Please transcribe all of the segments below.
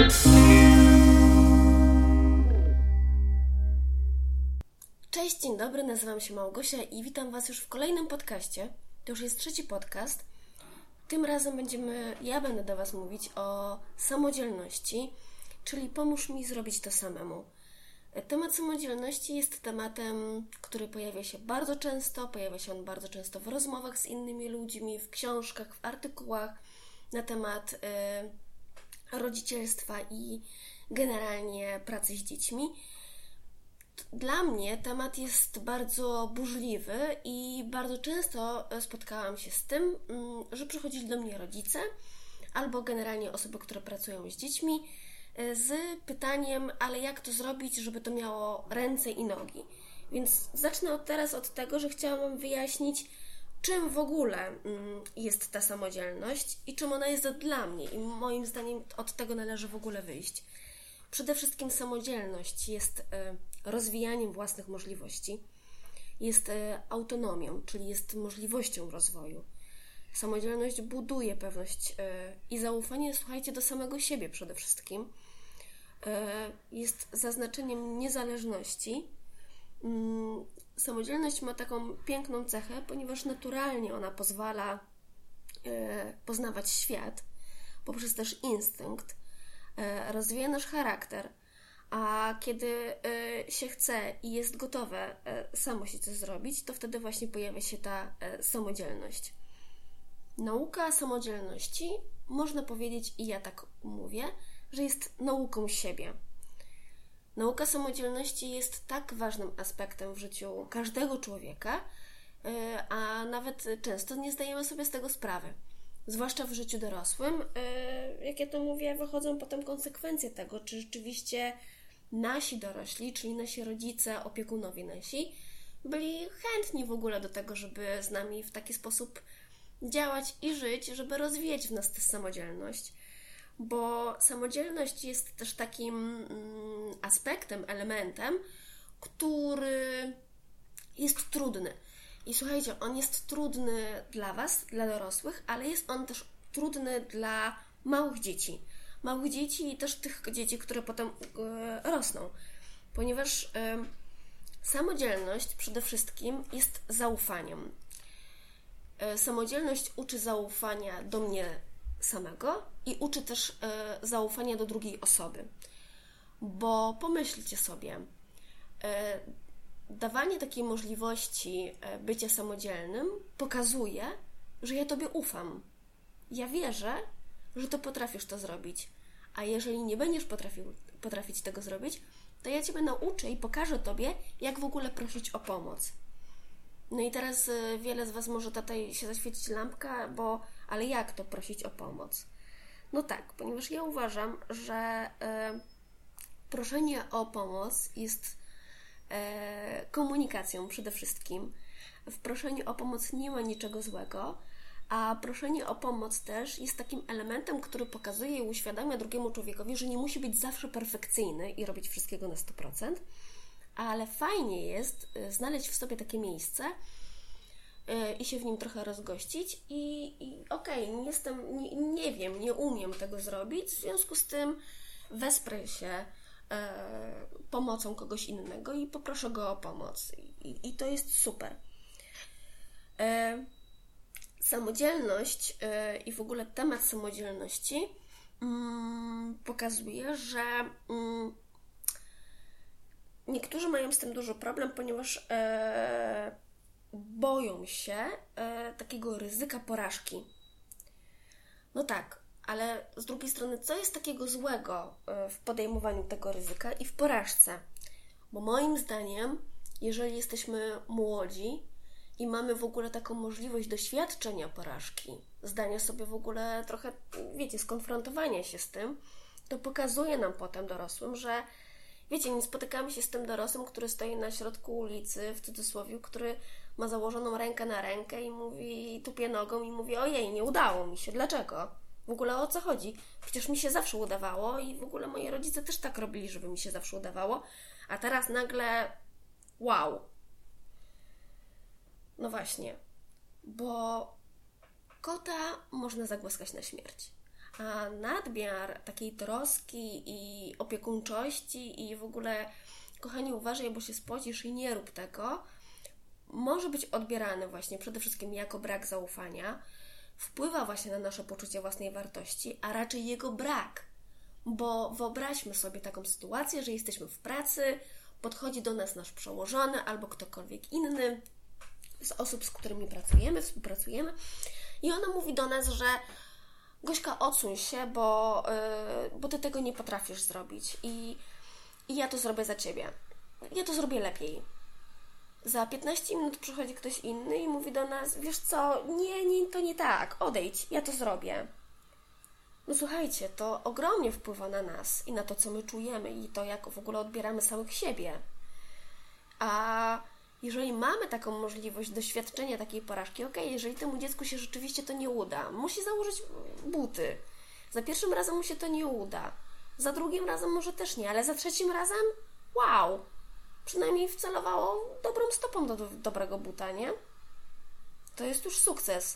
Cześć, dzień dobry, nazywam się Małgosia i witam Was już w kolejnym podcaście. To już jest 3. podcast. Tym razem ja będę do Was mówić o samodzielności, czyli pomóż mi zrobić to samemu. Temat samodzielności jest tematem, który pojawia się bardzo często, w rozmowach z innymi ludźmi, w książkach, w artykułach na temat rodzicielstwa i generalnie pracy z dziećmi. Dla mnie temat jest bardzo burzliwy i bardzo często spotkałam się z tym, że przychodzili do mnie rodzice albo generalnie osoby, które pracują z dziećmi z pytaniem, ale jak to zrobić, żeby to miało ręce i nogi. Więc zacznę teraz od tego, że chciałam wyjaśnić, czym w ogóle jest ta samodzielność i czym ona jest dla mnie. I moim zdaniem od tego należy w ogóle wyjść. Przede wszystkim samodzielność jest rozwijaniem własnych możliwości, jest autonomią, czyli jest możliwością rozwoju. Samodzielność buduje pewność i zaufanie, słuchajcie, do samego siebie przede wszystkim. Jest zaznaczeniem niezależności. Samodzielność ma taką piękną cechę, ponieważ naturalnie ona pozwala poznawać świat poprzez też instynkt, rozwija nasz charakter, a kiedy się chce i jest gotowe samo się coś zrobić, to wtedy właśnie pojawia się ta samodzielność. Nauka samodzielności, można powiedzieć, i ja tak mówię, że jest nauką siebie. Nauka samodzielności jest tak ważnym aspektem w życiu każdego człowieka, a nawet często nie zdajemy sobie z tego sprawy. Zwłaszcza w życiu dorosłym, jak ja to mówię, wychodzą potem konsekwencje tego, czy rzeczywiście nasi dorośli, czyli nasi rodzice, opiekunowie nasi, byli chętni w ogóle do tego, żeby z nami w taki sposób działać i żyć, żeby rozwijać w nas tę samodzielność. Bo samodzielność jest też takim aspektem, elementem, który jest trudny. I słuchajcie, on jest trudny dla Was, dla dorosłych, ale jest on też trudny dla małych dzieci. Małych dzieci i też tych dzieci, które potem rosną. Ponieważ samodzielność przede wszystkim jest zaufaniem. Samodzielność uczy zaufania do mnie samego i uczy też zaufania do drugiej osoby. Bo pomyślcie sobie, dawanie takiej możliwości bycia samodzielnym pokazuje, że ja Tobie ufam. Ja wierzę, że Ty potrafisz to zrobić. A jeżeli nie będziesz potrafić tego zrobić, to ja Ciebie nauczę i pokażę Tobie, jak w ogóle prosić o pomoc. No i teraz wiele z Was może tutaj się zaświecić lampka, ale jak to prosić o pomoc? No tak, ponieważ ja uważam, że proszenie o pomoc jest komunikacją przede wszystkim. W proszeniu o pomoc nie ma niczego złego, a proszenie o pomoc też jest takim elementem, który pokazuje i uświadamia drugiemu człowiekowi, że nie musi być zawsze perfekcyjny i robić wszystkiego na 100%, ale fajnie jest znaleźć w sobie takie miejsce i się w nim trochę rozgościć i okej, nie wiem, nie umiem tego zrobić, w związku z tym wesprę się pomocą kogoś innego i poproszę go o pomoc. I to jest super. Samodzielność i w ogóle temat samodzielności pokazuje, że niektórzy mają z tym duży problem, ponieważ boją się takiego ryzyka porażki. No tak, ale z drugiej strony, co jest takiego złego w podejmowaniu tego ryzyka i w porażce? Bo moim zdaniem, jeżeli jesteśmy młodzi i mamy w ogóle taką możliwość doświadczenia porażki, zdania sobie w ogóle trochę, skonfrontowania się z tym, to pokazuje nam potem dorosłym, że nie spotykamy się z tym dorosłym, który stoi na środku ulicy, w cudzysłowie, który ma założoną rękę na rękę i mówi, tupie nogą i mówi, ojej, nie udało mi się, dlaczego? W ogóle o co chodzi? Przecież mi się zawsze udawało i w ogóle moi rodzice też tak robili, żeby mi się zawsze udawało, a teraz nagle wow. No właśnie, bo kota można zagłaskać na śmierć, A nadmiar takiej troski i opiekuńczości i w ogóle kochanie, uważaj, bo się spocisz i nie rób tego, może być odbierany właśnie przede wszystkim jako brak zaufania, wpływa właśnie na nasze poczucie własnej wartości, a raczej jego brak. Bo wyobraźmy sobie taką sytuację, że jesteśmy w pracy, podchodzi do nas nasz przełożony albo ktokolwiek inny z osób, z którymi pracujemy, współpracujemy i ona mówi do nas, że Gośka, odsuń się, bo ty tego nie potrafisz zrobić i ja to zrobię za ciebie. Ja to zrobię lepiej. Za 15 minut przychodzi ktoś inny i mówi do nas, wiesz co, nie, to nie tak, odejdź, ja to zrobię. No słuchajcie, to ogromnie wpływa na nas i na to, co my czujemy i to, jak w ogóle odbieramy samych siebie. A jeżeli mamy taką możliwość doświadczenia takiej porażki, jeżeli temu dziecku się rzeczywiście to nie uda, musi założyć buty. Za pierwszym razem mu się to nie uda. Za drugim razem może też nie, ale za trzecim razem wow! Przynajmniej wcelowało dobrą stopą do dobrego buta, nie? To jest już sukces.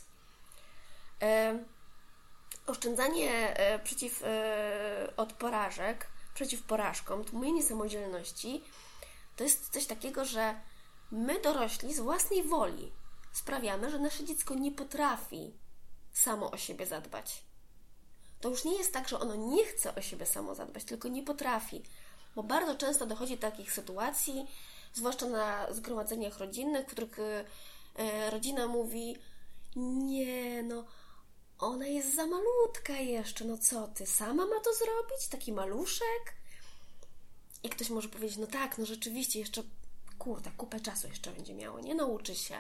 Oszczędzanie od porażek, przeciw porażkom, tłumienie samodzielności, to jest coś takiego, że my dorośli z własnej woli sprawiamy, że nasze dziecko nie potrafi samo o siebie zadbać. To już nie jest tak, że ono nie chce o siebie samo zadbać, tylko nie potrafi. Bo bardzo często dochodzi do takich sytuacji, zwłaszcza na zgromadzeniach rodzinnych, w których rodzina mówi, nie, no ona jest za malutka jeszcze, no co ty, sama ma to zrobić? Taki maluszek? I ktoś może powiedzieć, no tak, no rzeczywiście jeszcze, kupę czasu jeszcze będzie miało, nie nauczy się.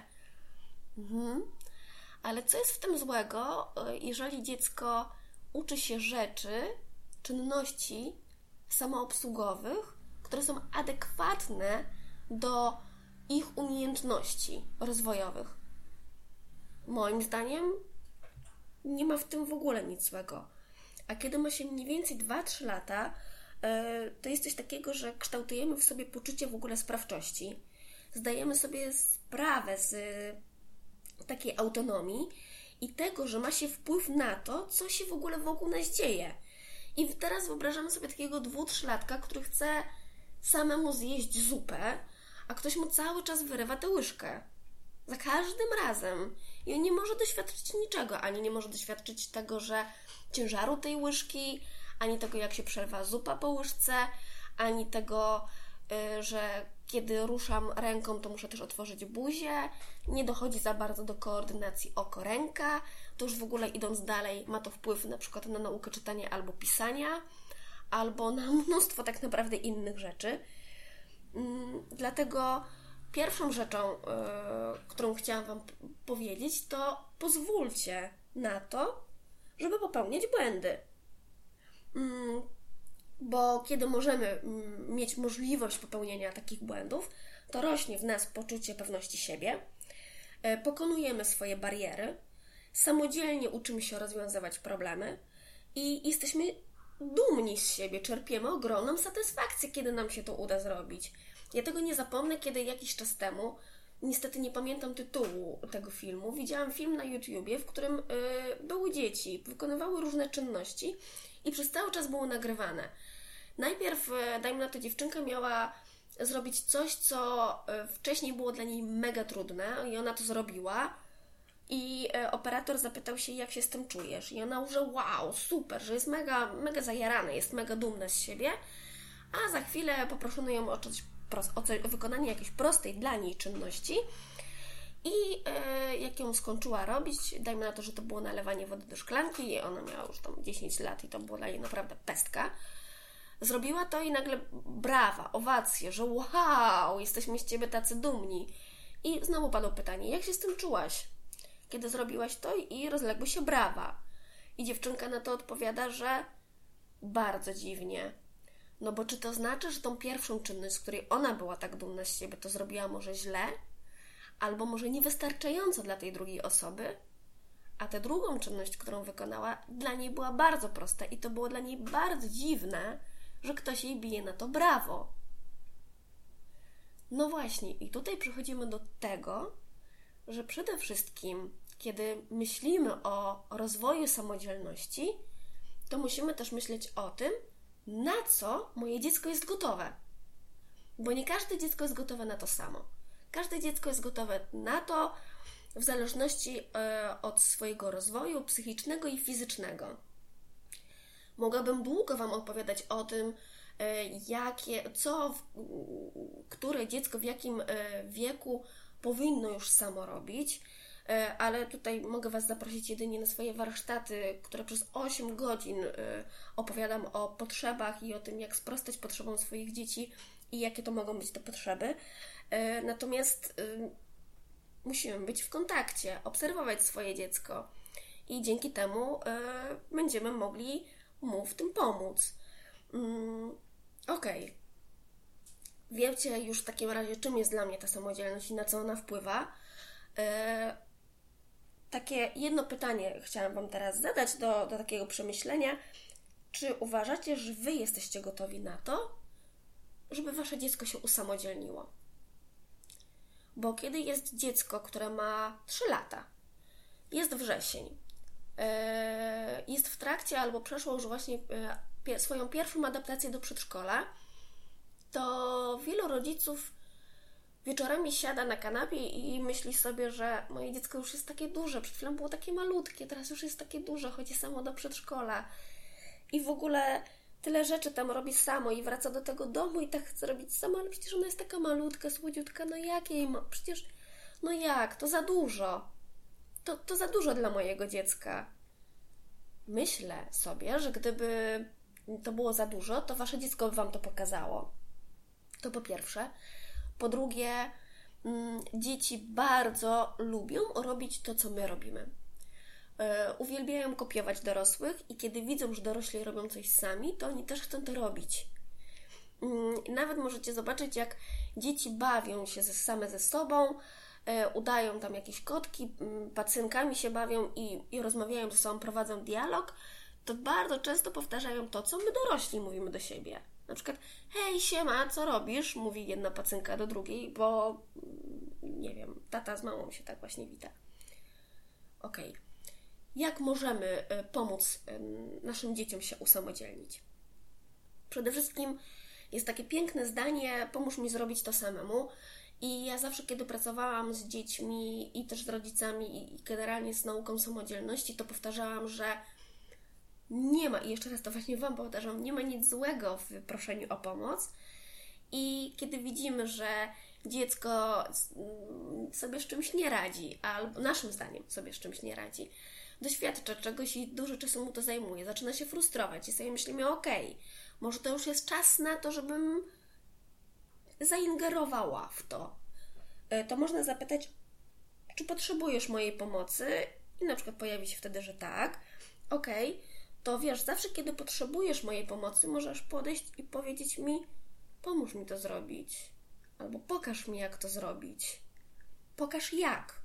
Ale co jest w tym złego, jeżeli dziecko uczy się rzeczy, czynności samoobsługowych, które są adekwatne do ich umiejętności rozwojowych? Moim zdaniem nie ma w tym w ogóle nic złego. A kiedy ma się mniej więcej 2-3 lata, to jest coś takiego, że kształtujemy w sobie poczucie w ogóle sprawczości. Zdajemy sobie sprawę z takiej autonomii i tego, że ma się wpływ na to, co się w ogóle wokół nas dzieje. I teraz wyobrażamy sobie takiego 2-3-latka, który chce samemu zjeść zupę, a ktoś mu cały czas wyrywa tę łyżkę. Za każdym razem. I on nie może doświadczyć niczego. Ani nie może doświadczyć tego, że ciężaru tej łyżki, ani tego, jak się przelewa zupa po łyżce, ani tego, że kiedy ruszam ręką, to muszę też otworzyć buzię. Nie dochodzi za bardzo do koordynacji oko-ręka. To już w ogóle idąc dalej ma to wpływ na przykład na naukę czytania albo pisania, albo na mnóstwo tak naprawdę innych rzeczy. Dlatego pierwszą rzeczą, którą chciałam Wam powiedzieć, to pozwólcie na to, żeby popełniać błędy. Bo kiedy możemy mieć możliwość popełnienia takich błędów, to rośnie w nas poczucie pewności siebie, pokonujemy swoje bariery, samodzielnie uczymy się rozwiązywać problemy i jesteśmy dumni z siebie, czerpiemy ogromną satysfakcję, kiedy nam się to uda zrobić. Ja tego nie zapomnę, kiedy jakiś czas temu, niestety nie pamiętam tytułu tego filmu, widziałam film na YouTubie, w którym były dzieci, wykonywały różne czynności i przez cały czas było nagrywane. Najpierw, dajmy na to, dziewczynka miała zrobić coś, co wcześniej było dla niej mega trudne i ona to zrobiła i operator zapytał się, jak się z tym czujesz. I ona że wow, super, że jest mega, mega zajarana, jest mega dumna z siebie, a za chwilę poproszono ją o wykonanie jakiejś prostej dla niej czynności i jak ją skończyła robić, dajmy na to, że to było nalewanie wody do szklanki i ona miała już tam 10 lat i to było dla niej naprawdę pestka. Zrobiła to i nagle brawa, owacje, że wow, jesteśmy z Ciebie tacy dumni. I znowu padło pytanie, jak się z tym czułaś, kiedy zrobiłaś to i rozległy się brawa. I dziewczynka na to odpowiada, że bardzo dziwnie. No bo czy to znaczy, że tą pierwszą czynność, z której ona była tak dumna z siebie, to zrobiła może źle? Albo może niewystarczająco dla tej drugiej osoby? A tę drugą czynność, którą wykonała, dla niej była bardzo prosta i to było dla niej bardzo dziwne, że ktoś jej bije na to brawo. No właśnie, i tutaj przechodzimy do tego, że przede wszystkim, kiedy myślimy o rozwoju samodzielności, to musimy też myśleć o tym, na co moje dziecko jest gotowe. Bo nie każde dziecko jest gotowe na to samo. Każde dziecko jest gotowe na to w zależności od swojego rozwoju psychicznego i fizycznego. Mogłabym długo Wam opowiadać o tym, które dziecko w jakim wieku powinno już samo robić, ale tutaj mogę Was zaprosić jedynie na swoje warsztaty, które przez 8 godzin opowiadam o potrzebach i o tym, jak sprostać potrzebom swoich dzieci i jakie to mogą być te potrzeby. Natomiast musimy być w kontakcie, obserwować swoje dziecko i dzięki temu będziemy mogli mu w tym pomóc. Okej. Wiecie już w takim razie, czym jest dla mnie ta samodzielność i na co ona wpływa. Takie jedno pytanie chciałam Wam teraz zadać do takiego przemyślenia. Czy uważacie, że Wy jesteście gotowi na to, żeby Wasze dziecko się usamodzielniło? Bo kiedy jest dziecko, które ma 3 lata, jest wrzesień, jest w trakcie albo przeszło już właśnie swoją pierwszą adaptację do przedszkola, to wielu rodziców wieczorami siada na kanapie i myśli sobie, że moje dziecko już jest takie duże, przed chwilą było takie malutkie, teraz już jest takie duże, chodzi samo do przedszkola i w ogóle tyle rzeczy tam robi samo i wraca do tego domu i tak chce robić samo, ale przecież ona jest taka malutka, słodziutka, no jak jej ma? Przecież, no jak? To za dużo. To za dużo dla mojego dziecka. Myślę sobie, że gdyby to było za dużo, to Wasze dziecko by Wam to pokazało. To po pierwsze. Po drugie, dzieci bardzo lubią robić to, co my robimy. Uwielbiają kopiować dorosłych i kiedy widzą, że dorośli robią coś sami, to oni też chcą to robić. Nawet możecie zobaczyć, jak dzieci bawią się same ze sobą, udają tam jakieś kotki, pacynkami się bawią i rozmawiają ze sobą, prowadzą dialog, to bardzo często powtarzają to, co my dorośli mówimy do siebie. Na przykład, hej, siema, co robisz? Mówi jedna pacynka do drugiej, bo nie wiem, tata z mamą się tak właśnie wita. Okej. Jak możemy pomóc naszym dzieciom się usamodzielnić? Przede wszystkim jest takie piękne zdanie, pomóż mi zrobić to samemu. I ja zawsze, kiedy pracowałam z dziećmi i też z rodzicami i generalnie z nauką samodzielności, to powtarzałam, że nie ma, i jeszcze raz to właśnie Wam powtarzam, nie ma nic złego w proszeniu o pomoc. I kiedy widzimy, że dziecko sobie z czymś nie radzi, albo naszym zdaniem sobie z czymś nie radzi, doświadcza czegoś i dużo czasu mu to zajmuje, zaczyna się frustrować i sobie myślimy, okej, może to już jest czas na to, żebym zaingerowała w to. To można zapytać, czy potrzebujesz mojej pomocy? I na przykład pojawi się wtedy, że tak. Okej, to wiesz, zawsze kiedy potrzebujesz mojej pomocy, możesz podejść i powiedzieć mi, pomóż mi to zrobić. Albo pokaż mi, jak to zrobić. Pokaż jak.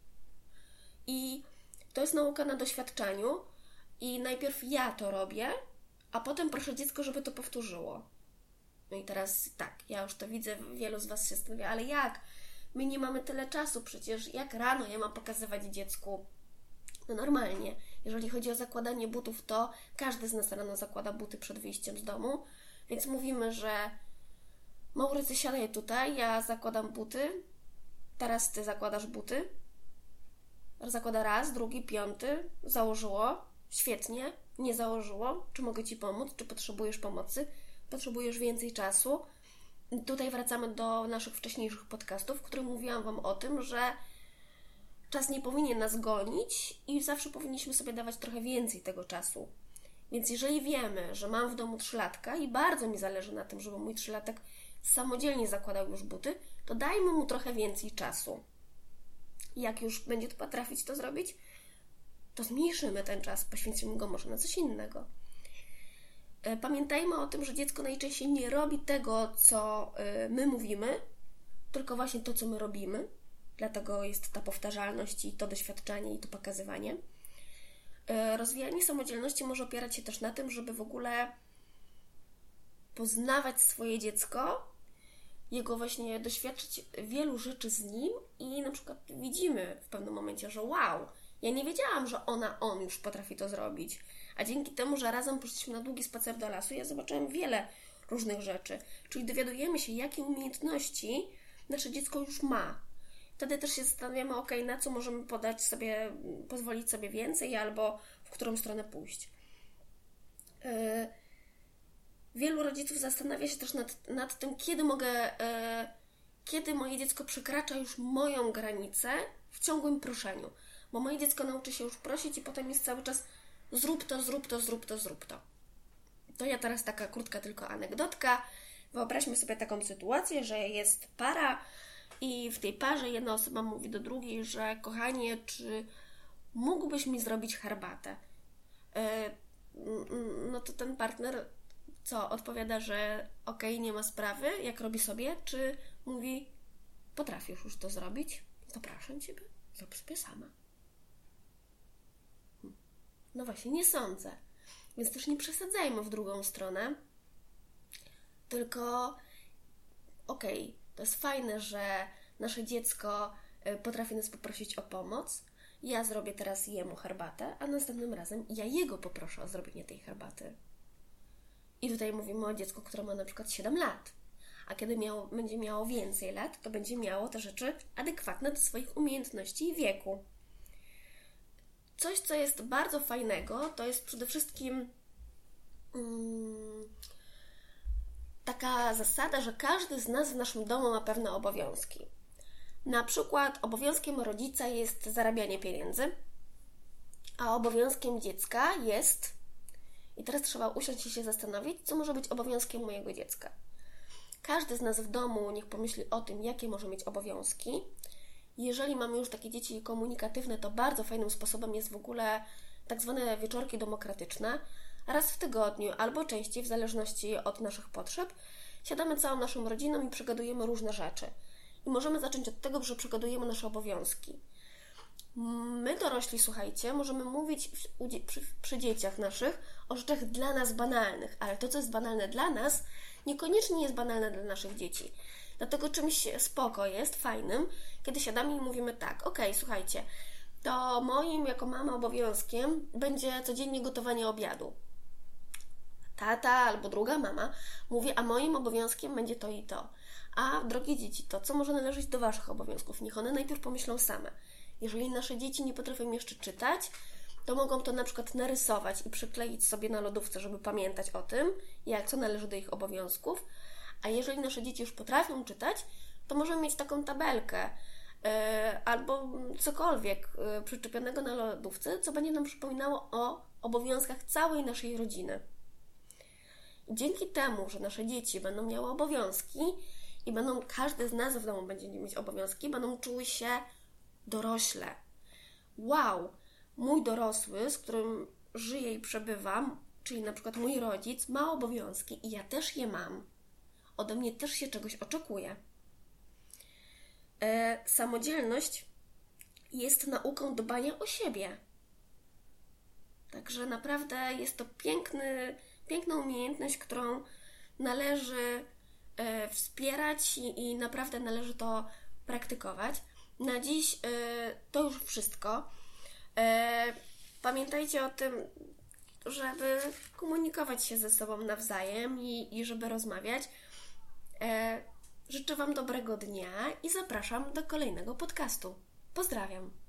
I to jest nauka na doświadczeniu i najpierw ja to robię, a potem proszę dziecko, żeby to powtórzyło. No i teraz tak, ja już to widzę, wielu z Was się zastanawia, ale jak? My nie mamy tyle czasu, przecież jak rano ja mam pokazywać dziecku? No normalnie, jeżeli chodzi o zakładanie butów, to każdy z nas rano zakłada buty przed wyjściem z domu, więc mówimy, że Maurycy, siadaj tutaj, ja zakładam buty, teraz Ty zakładasz buty. Zakłada raz, drugi, 5, założyło, świetnie, nie założyło, czy mogę Ci pomóc, czy potrzebujesz pomocy, potrzebujesz więcej czasu. Tutaj wracamy do naszych wcześniejszych podcastów, w których mówiłam Wam o tym, że czas nie powinien nas gonić i zawsze powinniśmy sobie dawać trochę więcej tego czasu. Więc jeżeli wiemy, że mam w domu 3-latka i bardzo mi zależy na tym, żeby mój 3-latek samodzielnie zakładał już buty, to dajmy mu trochę więcej czasu. Jak już będzie to potrafić to zrobić, to zmniejszymy ten czas, poświęcimy go może na coś innego. Pamiętajmy o tym, że dziecko najczęściej nie robi tego, co my mówimy, tylko właśnie to, co my robimy. Dlatego jest ta powtarzalność i to doświadczanie i to pokazywanie. Rozwijanie samodzielności może opierać się też na tym, żeby w ogóle poznawać swoje dziecko, jego właśnie doświadczyć wielu rzeczy z nim i na przykład widzimy w pewnym momencie, że wow, ja nie wiedziałam, że on już potrafi to zrobić, A dzięki temu, że razem poszliśmy na długi spacer do lasu, ja zobaczyłam wiele różnych rzeczy. Czyli dowiadujemy się, jakie umiejętności nasze dziecko już ma. Wtedy też się zastanawiamy, na co możemy pozwolić sobie więcej, albo w którą stronę pójść. Wielu rodziców zastanawia się też nad tym, kiedy moje dziecko przekracza już moją granicę w ciągłym proszeniu. Bo moje dziecko nauczy się już prosić i potem jest cały czas zrób to. To ja teraz taka krótka tylko anegdotka. Wyobraźmy sobie taką sytuację, że jest para i w tej parze jedna osoba mówi do drugiej, że kochanie, czy mógłbyś mi zrobić herbatę? No to ten partner odpowiada, że okej, nie ma sprawy, jak robi sobie, czy mówi, potrafisz już to zrobić? To proszę Ciebie, zrób sobie sama. No właśnie, nie sądzę. Więc też nie przesadzajmy w drugą stronę, tylko to jest fajne, że nasze dziecko potrafi nas poprosić o pomoc. Ja zrobię teraz jemu herbatę, a następnym razem ja jego poproszę o zrobienie tej herbaty. I tutaj mówimy o dziecku, które ma na przykład 7 lat. A kiedy będzie miało więcej lat, to będzie miało te rzeczy adekwatne do swoich umiejętności i wieku. Coś, co jest bardzo fajnego, to jest przede wszystkim taka zasada, że każdy z nas w naszym domu ma pewne obowiązki. Na przykład obowiązkiem rodzica jest zarabianie pieniędzy, a obowiązkiem dziecka jest, i teraz trzeba usiąść i się zastanowić, co może być obowiązkiem mojego dziecka. Każdy z nas w domu niech pomyśli o tym, jakie może mieć obowiązki. Jeżeli mamy już takie dzieci komunikatywne, to bardzo fajnym sposobem jest w ogóle tak zwane wieczorki demokratyczne. Raz w tygodniu albo częściej, w zależności od naszych potrzeb, siadamy całą naszą rodziną i przegadujemy różne rzeczy. I możemy zacząć od tego, że przegadujemy nasze obowiązki. My dorośli, słuchajcie, możemy mówić przy dzieciach naszych o rzeczach dla nas banalnych, ale to, co jest banalne dla nas, niekoniecznie jest banalne dla naszych dzieci. Dlatego czymś spoko jest, fajnym, kiedy siadamy i mówimy tak, słuchajcie, to moim jako mama obowiązkiem będzie codziennie gotowanie obiadu. Tata albo druga mama mówi, a moim obowiązkiem będzie to i to. A drogie dzieci, to co może należeć do Waszych obowiązków? Niech one najpierw pomyślą same. Jeżeli nasze dzieci nie potrafią jeszcze czytać, to mogą to na przykład narysować i przykleić sobie na lodówce, żeby pamiętać o tym, co należy do ich obowiązków. A jeżeli nasze dzieci już potrafią czytać, to możemy mieć taką tabelkę albo cokolwiek przyczepionego na lodówce, co będzie nam przypominało o obowiązkach całej naszej rodziny. I dzięki temu, że nasze dzieci będą miały obowiązki i każdy z nas w domu będzie mieć obowiązki, będą czuły się dorośle. Wow, mój dorosły, z którym żyję i przebywam, czyli na przykład mój rodzic, ma obowiązki i ja też je mam. Ode mnie też się czegoś oczekuje. Samodzielność jest nauką dbania o siebie. Także naprawdę jest to piękna umiejętność, którą należy wspierać i naprawdę należy to praktykować. Na dziś to już wszystko. Pamiętajcie o tym, żeby komunikować się ze sobą nawzajem i żeby rozmawiać. Życzę Wam dobrego dnia i zapraszam do kolejnego podcastu. Pozdrawiam!